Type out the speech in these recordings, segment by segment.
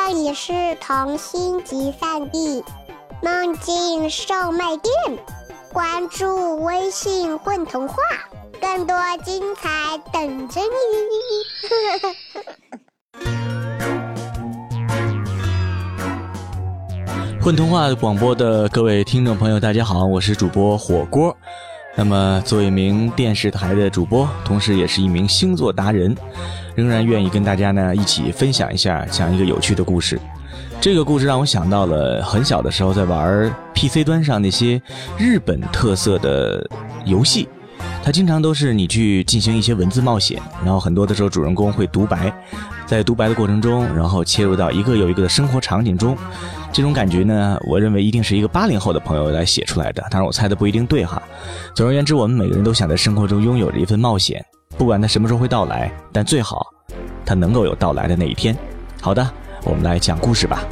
这里是童心集散地梦境售卖店，关注微信混童话，更多精彩等着你。 混童话广播的各位听众朋友大家好，我是主播火锅。那么作为一名电视台的主播，同时也是一名星座达人，仍然愿意跟大家呢一起分享一下讲一个有趣的故事。这个故事让我想到了很小的时候在玩 PC 端上那些日本特色的游戏，它经常都是你去进行一些文字冒险，然后很多的时候主人公会独白，在独白的过程中，然后切入到一个又一个的生活场景中。这种感觉呢，我认为一定是一个80后的朋友来写出来的，当然我猜的不一定对哈。总而言之，我们每个人都想在生活中拥有着一份冒险，不管它什么时候会到来，但最好它能够有到来的那一天。好的，我们来讲故事吧。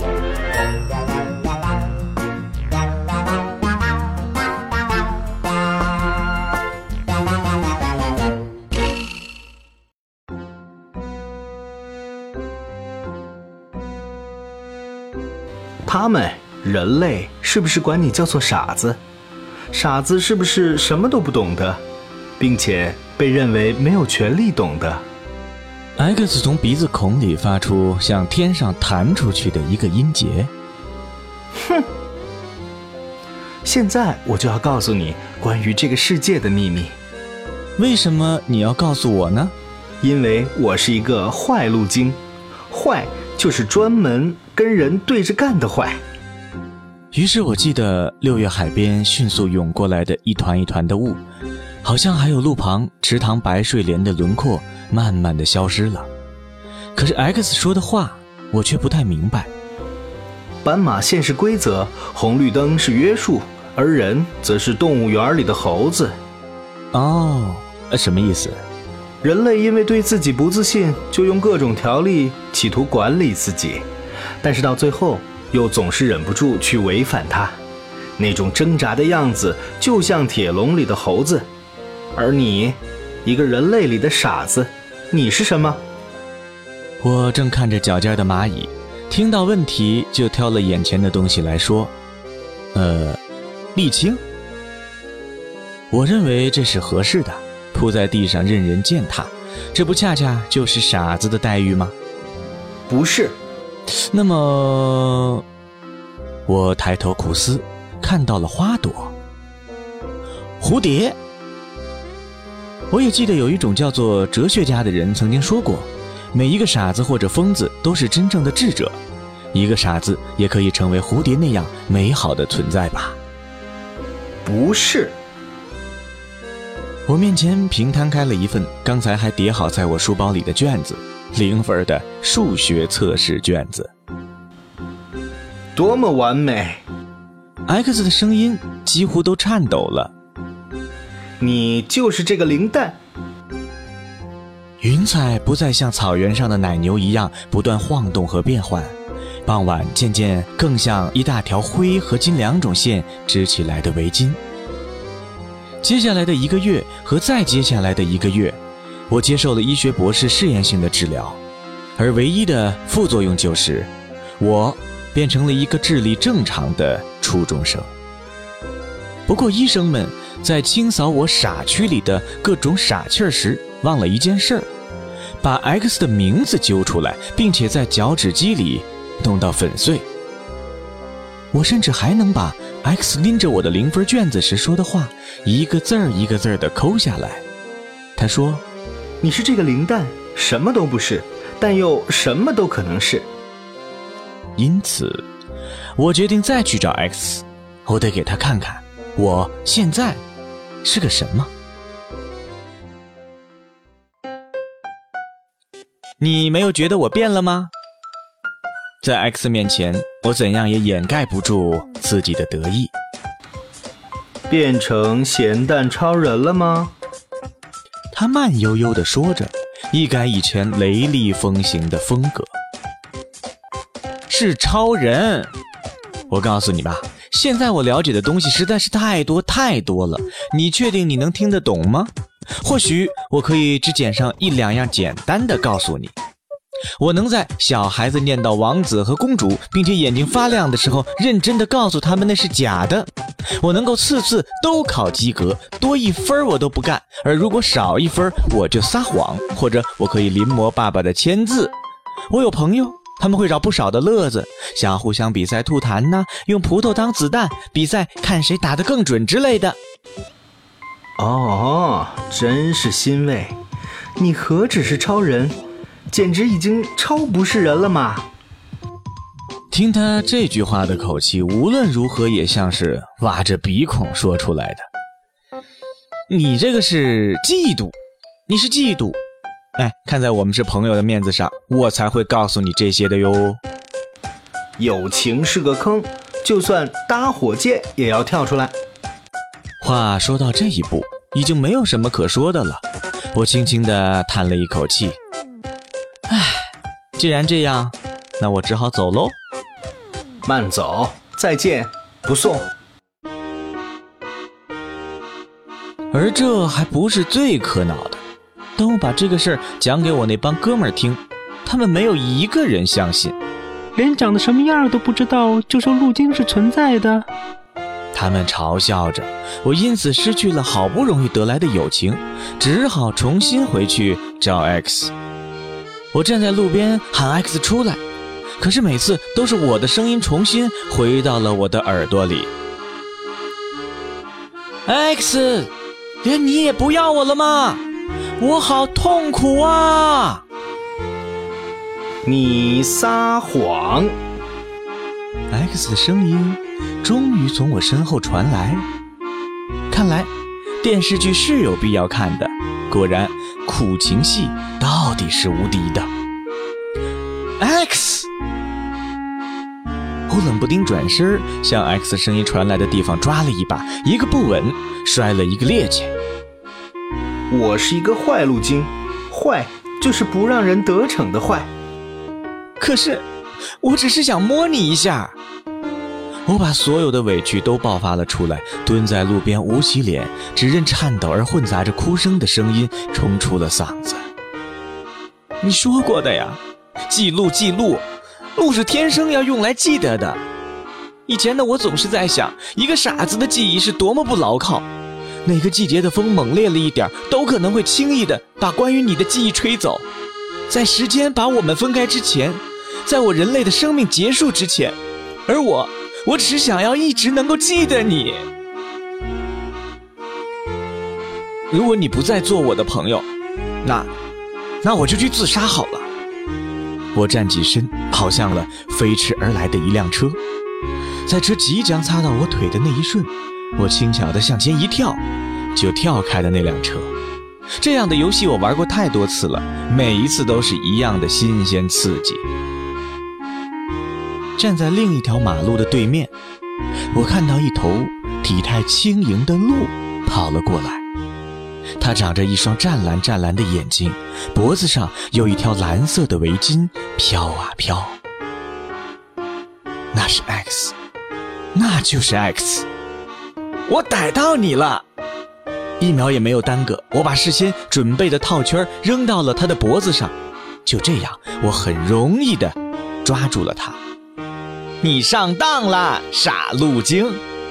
他们人类是不是管你叫做傻子？傻子是不是什么都不懂的，并且被认为没有权利懂的？ X 从鼻子孔里发出向天上弹出去的一个音节。 哼！现在我就要告诉你关于这个世界的秘密。 为什么你要告诉我呢？ 因为我是一个坏路精，坏就是专门跟人对着干的坏。 于是我记得6月海边迅速涌过来的一团一团的雾，好像还有路旁池塘白睡莲的轮廓慢慢的消失了。可是 X 说的话我却不太明白。 斑马线是规则，红绿灯是约束，而人则是动物园里的猴子。 哦，什么意思？ 人类因为对自己不自信，就用各种条例企图管理自己，但是到最后又总是忍不住去违反它，那种挣扎的样子就像铁笼里的猴子。而你，一个人类里的傻子，你是什么？ 我正看着脚尖的蚂蚁，听到问题就挑了眼前的东西来说，沥青。我认为这是合适的，铺在地上任人践踏，这不恰恰就是傻子的待遇吗？ 不是。 那么我抬头苦思，看到了花朵，蝴蝶。我也记得有一种叫做哲学家的人曾经说过，每一个傻子或者疯子都是真正的智者，一个傻子也可以成为蝴蝶那样美好的存在吧。 不是。 我面前平摊开了一份刚才还叠好在我书包里的卷子，0分的数学测试卷子。 多么完美！ X 的声音几乎都颤抖了。 你就是这个灵蛋。 云彩不再像草原上的奶牛一样不断晃动和变换，傍晚渐渐更像一大条灰和金2种线织起来的围巾。接下来的1个月和再接下来的1个月，我接受了医学博士试验性的治疗，而唯一的副作用就是我变成了一个智力正常的初中生。不过医生们在清扫我傻区里的各种傻气儿时忘了一件事儿，把 X 的名字揪出来，并且在脚趾机里弄到粉碎。我甚至还能把 X 拎着我的0分卷子时说的话一个字儿一个字儿地抠下来。他说， 你是这个灵蛋，什么都不是，但又什么都可能是。 因此我决定再去找 X， 我得给他看看我现在是个什么。你没有觉得我变了吗？在 X 面前，我怎样也掩盖不住自己的得意。 变成咸蛋超人了吗？ 他慢悠悠地说着，一改以前雷厉风行的风格。是超人。我告诉你吧，现在我了解的东西实在是太多太多了，你确定你能听得懂吗？或许我可以只捡上1-2样简单的告诉你。 我能在小孩子念到王子和公主，并且眼睛发亮的时候，认真地告诉他们那是假的。我能够次次都考及格，多1分我都不干，而如果少1分，我就撒谎，或者我可以临摹爸爸的签字。我有朋友，他们会找不少的乐子，像互相比赛吐痰呐，用葡萄当子弹，比赛看谁打得更准之类的。 哦，真是欣慰，你何止是超人，简直已经超不是人了嘛！ 听他这句话的口气，无论如何也像是挖着鼻孔说出来的。你这个是嫉妒，你是嫉妒。哎，看在我们是朋友的面子上，我才会告诉你这些的哟。 友情是个坑，就算搭火箭也要跳出来。 话说到这一步，已经没有什么可说的了。我轻轻地叹了一口气。唉，既然这样，那我只好走喽。 慢走，再见，不送。 而这还不是最可恼的。当我把这个事儿讲给我那帮哥们儿听，他们没有一个人相信。 连长得什么样都不知道，就说路径是存在的。 他们嘲笑着我，因此失去了好不容易得来的友情，只好重新回去找 X。 我站在路边喊 X 出来，可是每次都是我的声音重新回到了我的耳朵里。 X， 连你也不要我了吗？我好痛苦啊！ 你撒谎。 X 的声音终于从我身后传来。看来电视剧是有必要看的，果然苦情戏到底是无敌的。 X， 我冷不丁转身向 X 声音传来的地方抓了一把，一个不稳摔了一个趔趄。 我是一个坏路精，坏就是不让人得逞的坏。 可是我只是想摸你一下。我把所有的委屈都爆发了出来，蹲在路边捂起脸，只任颤抖而混杂着哭声的声音冲出了嗓子。你说过的呀，记录记录，路是天生要用来记得的。以前的我总是在想，一个傻子的记忆是多么不牢靠，哪个季节的风猛烈了一点，都可能会轻易地把关于你的记忆吹走。在时间把我们分开之前，在我人类的生命结束之前，而我只想要一直能够记得你。如果你不再做我的朋友，那我就去自杀好了。我站起身，跑向了飞驰而来的一辆车。在车即将擦到我腿的那一瞬，我轻巧地向前一跳，就跳开了那辆车。这样的游戏我玩过太多次了，每一次都是一样的新鲜刺激。站在另一条马路的对面，我看到一头体态轻盈的鹿跑了过来。它长着一双湛蓝湛蓝的眼睛，脖子上有一条蓝色的围巾飘啊飘。那是 X， 那就是 X， 我逮到你了！一秒也没有耽搁，我把事先准备的套圈扔到了他的脖子上，就这样，我很容易地抓住了他。你上当了，傻路精！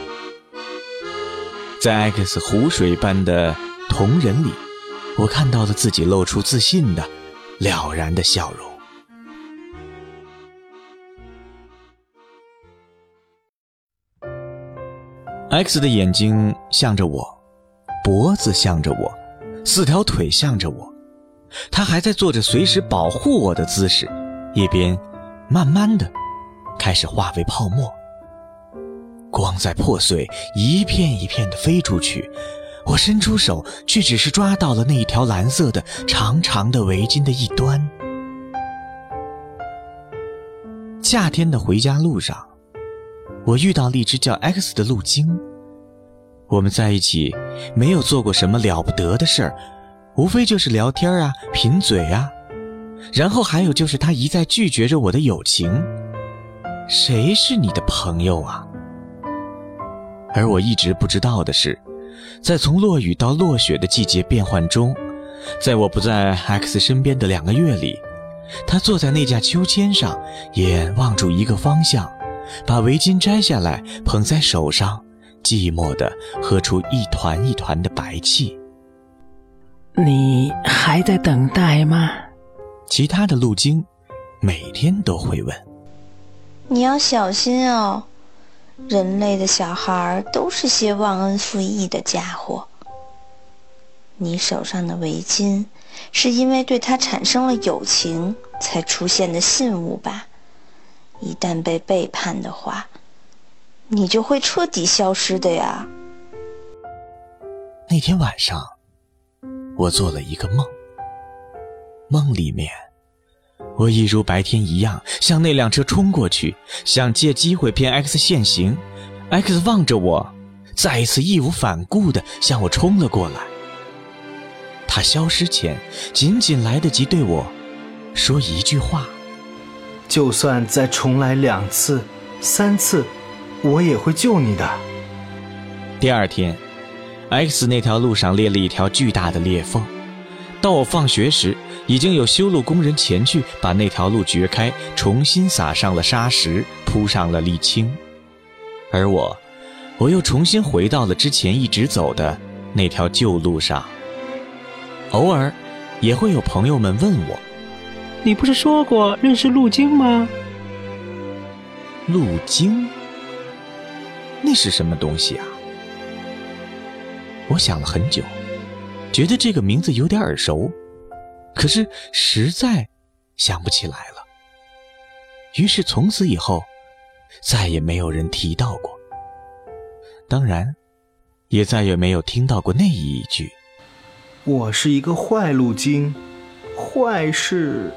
在 X 湖水般的瞳仁里，我看到了自己露出自信的了然的笑容。X 的眼睛向着我，脖子向着我，4条腿向着我，他还在做着随时保护我的姿势，一边慢慢的开始化为泡沫。光在破碎，一片一片的飞出去，我伸出手，却只是抓到了那一条蓝色的长长的围巾的一端。夏天的回家路上，我遇到了一只叫 X 的鹿精。我们在一起没有做过什么了不得的事儿，无非就是聊天啊，贫嘴啊，然后还有就是他一再拒绝着我的友情。谁是你的朋友啊？而我一直不知道的是，在从落雨到落雪的季节变换中，在我不在 X 身边的2个月里， 他坐在那架秋千上，眼望住一个方向，把围巾摘下来捧在手上，寂寞地喝出一团一团的白气。 你还在等待吗？ 其他的路经每天都会问。 你要小心哦，人类的小孩都是些忘恩负义的家伙。你手上的围巾是因为对他产生了友情才出现的信物吧？一旦被背叛的话，你就会彻底消失的呀。 那天晚上，我做了一个梦，梦里面我一如白天一样向那辆车冲过去，想借机会骗 X 现形。 X 望着我，再一次义无反顾地向我冲了过来。他消失前仅仅来得及对我说一句话： 就算再重来2次、3次，我也会救你的。 第二天 X 那条路上裂了一条巨大的裂缝，到我放学时，已经有修路工人前去把那条路掘开，重新撒上了砂石，铺上了沥青。而我又重新回到了之前一直走的那条旧路上。偶尔也会有朋友们问我： 你不是说过认识路经吗？ 路经？那是什么东西啊？我想了很久，觉得这个名字有点耳熟，可是实在想不起来了。于是从此以后再也没有人提到过，当然也再也没有听到过那一句： 我是一个坏路经，坏事。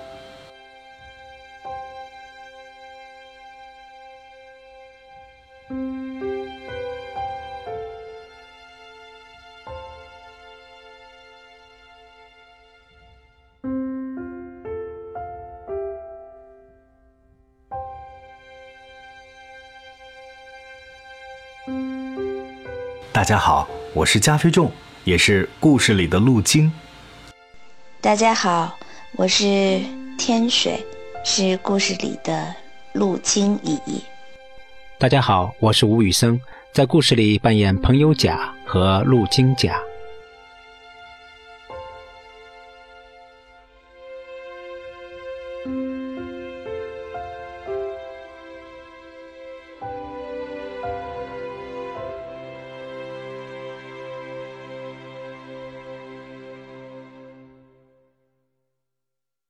大家好，我是加菲仲，也是故事里的路经。 大家好，我是天水，是故事里的路经姨姨。 大家好，我是吴宇森，在故事里扮演朋友甲和路经甲。